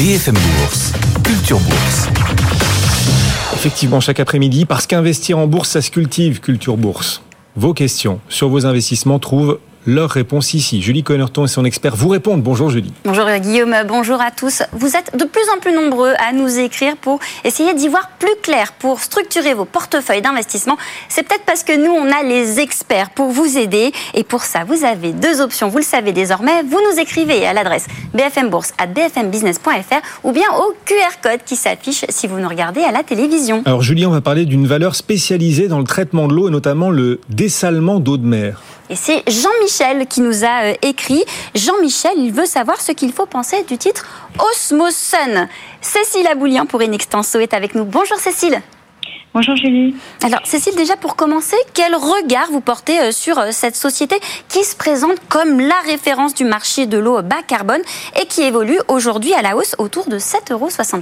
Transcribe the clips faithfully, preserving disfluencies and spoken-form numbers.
B F M Bourse, Culture Bourse. Effectivement, chaque après-midi, parce qu'investir en bourse, ça se cultive, Culture Bourse. Vos questions sur vos investissements trouvent leur réponse ici. Julie Connerton et son expert vous répondent. Bonjour Julie. Bonjour Guillaume, bonjour à tous. Vous êtes de plus en plus nombreux à nous écrire pour essayer d'y voir plus clair, pour structurer vos portefeuilles d'investissement. C'est peut-être parce que nous, on a les experts pour vous aider. Et pour ça, vous avez deux options, vous le savez désormais. Vous nous écrivez à l'adresse b f m bourse arobase b f m business point f r ou bien au Q R code qui s'affiche si vous nous regardez à la télévision. Alors Julie, on va parler d'une valeur spécialisée dans le traitement de l'eau et notamment le dessalement d'eau de mer. Et c'est Jean-Michel qui nous a euh, écrit. Jean-Michel, il veut savoir ce qu'il faut penser du titre Osmosun. Cécile Aboulian pour Inextenso est avec nous. Bonjour Cécile. Bonjour Julie. Alors Cécile, déjà pour commencer, quel regard vous portez euh, sur euh, cette société qui se présente comme la référence du marché de l'eau bas carbone et qui évolue aujourd'hui à la hausse autour de sept euros soixante-cinq ?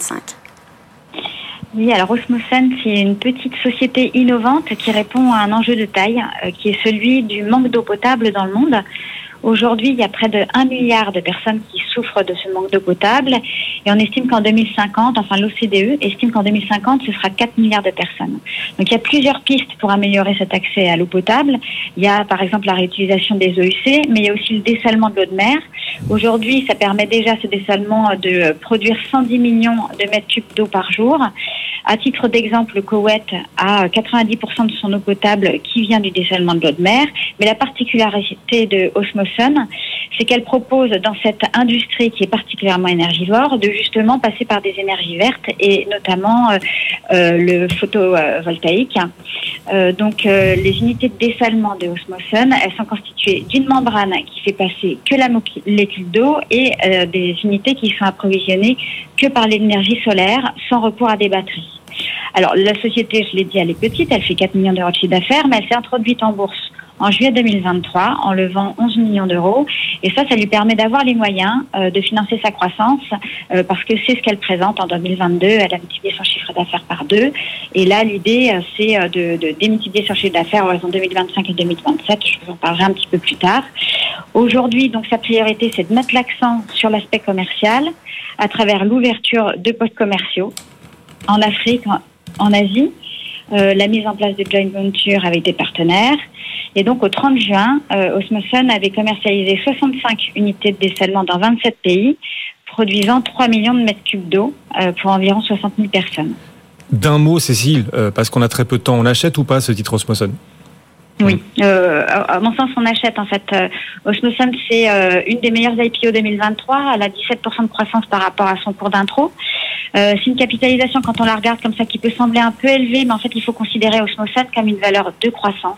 Oui, alors Osmosun, c'est une petite société innovante qui répond à un enjeu de taille, euh, qui est celui du manque d'eau potable dans le monde. Aujourd'hui, il y a près de un milliard de personnes qui souffrent de ce manque d'eau potable et on estime qu'en deux mille cinquante, enfin l'O C D E estime qu'en deux mille cinquante, ce sera quatre milliards de personnes. Donc il y a plusieurs pistes pour améliorer cet accès à l'eau potable. Il y a par exemple la réutilisation des eaux U C, mais il y a aussi le dessalement de l'eau de mer. Aujourd'hui, ça permet déjà ce dessalement de produire cent dix millions de mètres cubes d'eau par jour. À titre d'exemple, le Koweït a quatre-vingt-dix pour cent de son eau potable qui vient du dessalement de l'eau de mer. Mais la particularité de Osmosun, c'est qu'elle propose dans cette industrie qui est particulièrement énergivore de justement passer par des énergies vertes et notamment euh, euh, le photovoltaïque. Euh, donc euh, les unités de dessalement de Osmosun, elles sont constituées d'une membrane qui fait passer que la molécule d'eau et euh, des unités qui sont approvisionnées que par l'énergie solaire sans recours à des batteries. Alors la société, je l'ai dit, elle est petite, elle fait quatre millions d'euros de chiffre d'affaires, mais elle s'est introduite en bourse en juillet deux mille vingt-trois en levant onze millions d'euros. Et ça, ça lui permet d'avoir les moyens euh, de financer sa croissance euh, parce que c'est ce qu'elle présente en deux mille vingt-deux. Elle a multiplié son chiffre d'affaires par deux. Et là, l'idée, euh, c'est euh, de, de démultiplier son chiffre d'affaires en deux mille vingt-cinq et deux mille vingt-sept. Je vous en parlerai un petit peu plus tard. Aujourd'hui, donc, sa priorité, c'est de mettre l'accent sur l'aspect commercial à travers l'ouverture de postes commerciaux en Afrique, en, en Asie, euh, la mise en place de joint ventures avec des partenaires. Et donc, au trente juin, euh, Osmosun avait commercialisé soixante-cinq unités de dessalement dans vingt-sept pays, produisant trois millions de mètres cubes d'eau euh, pour environ soixante mille personnes. D'un mot, Cécile, euh, parce qu'on a très peu de temps, on achète ou pas ce titre Osmosun ? Oui, euh, à mon sens, on achète en fait. Euh, Osmosun, c'est euh, une des meilleures I P O deux mille vingt-trois. Elle a dix-sept pour cent de croissance par rapport à son cours d'intro. Euh, c'est une capitalisation, quand on la regarde comme ça, qui peut sembler un peu élevée, mais en fait, il faut considérer Osmosun comme une valeur de croissance.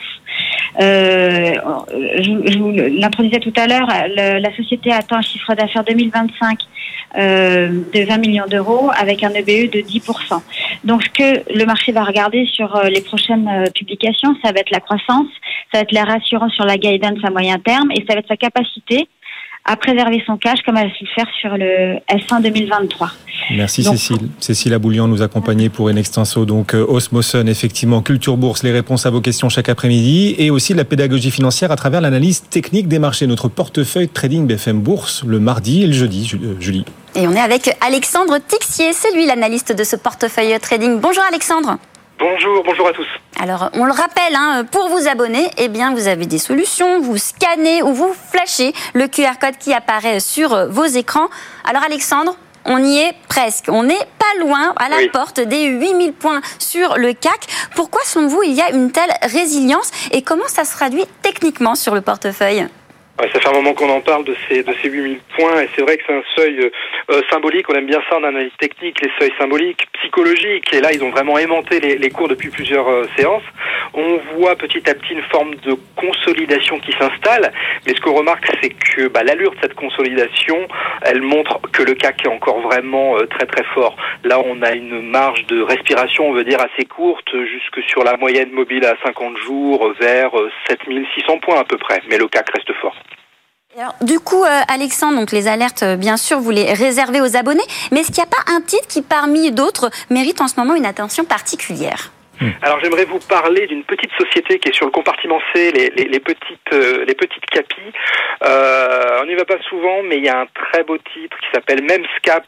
Euh, je, je vous l'introduisais tout à l'heure, le, la société attend un chiffre d'affaires deux mille vingt-cinq euh, de vingt millions d'euros avec un E B E de dix pour cent. Donc, ce que le marché va regarder sur euh, les prochaines euh, publications, ça va être la croissance, ça va être la rassurance sur la guidance à moyen terme et ça va être sa capacité à préserver son cash comme elle a su le faire sur le S un deux mille vingt-trois. Merci donc, Cécile. Cécile Aboulian nous accompagnait pour Inextenso. Donc euh, Osmosun, effectivement, Culture Bourse, les réponses à vos questions chaque après-midi et aussi la pédagogie financière à travers l'analyse technique des marchés. Notre portefeuille trading B F M Bourse le mardi et le jeudi, Julie. Et on est avec Alexandre Tixier, c'est lui l'analyste de ce portefeuille trading. Bonjour Alexandre. Bonjour, bonjour à tous. Alors, on le rappelle, hein, pour vous abonner, eh bien, vous avez des solutions, vous scannez ou vous flashez le Q R code qui apparaît sur vos écrans. Alors Alexandre, on y est presque, on n'est pas loin, à la oui. porte des huit mille points sur le C A C. Pourquoi, selon vous, il y a une telle résilience et comment ça se traduit techniquement sur le portefeuille ? Ouais, ça fait un moment qu'on en parle de ces de ces huit mille points et c'est vrai que c'est un seuil euh, symbolique. On aime bien ça en analyse technique, les seuils symboliques, psychologiques. Et là, ils ont vraiment aimanté les, les cours depuis plusieurs euh, séances. On voit petit à petit une forme de consolidation qui s'installe. Mais ce qu'on remarque, c'est que bah, l'allure de cette consolidation, elle montre que le C A C est encore vraiment euh, très très fort. Là, on a une marge de respiration, on veut dire, assez courte, jusque sur la moyenne mobile à cinquante jours, vers euh, sept mille six cents points à peu près. Mais le C A C reste fort. Alors, du coup, euh, Alexandre, donc les alertes, euh, bien sûr, vous les réservez aux abonnés. Mais est-ce qu'il n'y a pas un titre qui, parmi d'autres, mérite en ce moment une attention particulière ? Alors j'aimerais vous parler d'une petite société qui est sur le compartiment C, les, les, les petites euh, les petites capis. Euh, on n'y va pas souvent, mais il y a un très beau titre qui s'appelle Memscap,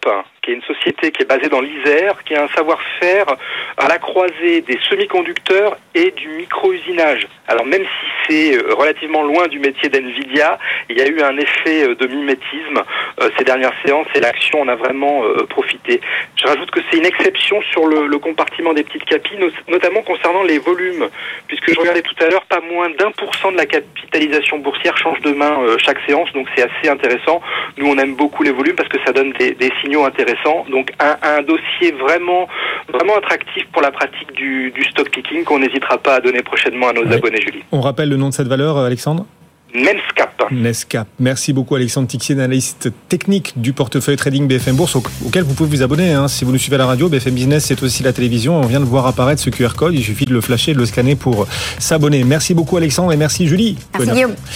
qui est une société qui est basée dans l'Isère, qui a un savoir-faire à la croisée des semi-conducteurs et du micro-usinage. Alors même si c'est relativement loin du métier d'NVIDIA, il y a eu un effet de mimétisme euh, ces dernières séances et l'action en a vraiment euh, profité. Je rajoute que c'est une exception sur le, le compartiment des petites capilles, notamment concernant les volumes, puisque je regardais tout à l'heure, pas moins d'un pour cent de la capitalisation boursière change de main euh, chaque séance, donc c'est assez intéressant. Nous, on aime beaucoup les volumes parce que ça donne des, des signaux intéressants. Donc un, un dossier vraiment, vraiment attractif pour la pratique du, du stock picking qu'on n'hésitera pas à donner prochainement à nos ouais. abonnés, Julie. On rappelle le nom de cette valeur, Alexandre ? Netscap. Netscap. Merci beaucoup Alexandre Tixier, analyste technique du portefeuille trading B F M Bourse, auquel vous pouvez vous abonner. Hein. Si vous nous suivez à la radio, B F M Business, c'est aussi la télévision. On vient de voir apparaître ce Q R code. Il suffit de le flasher, de le scanner pour s'abonner. Merci beaucoup Alexandre et merci Julie. Merci Guillaume.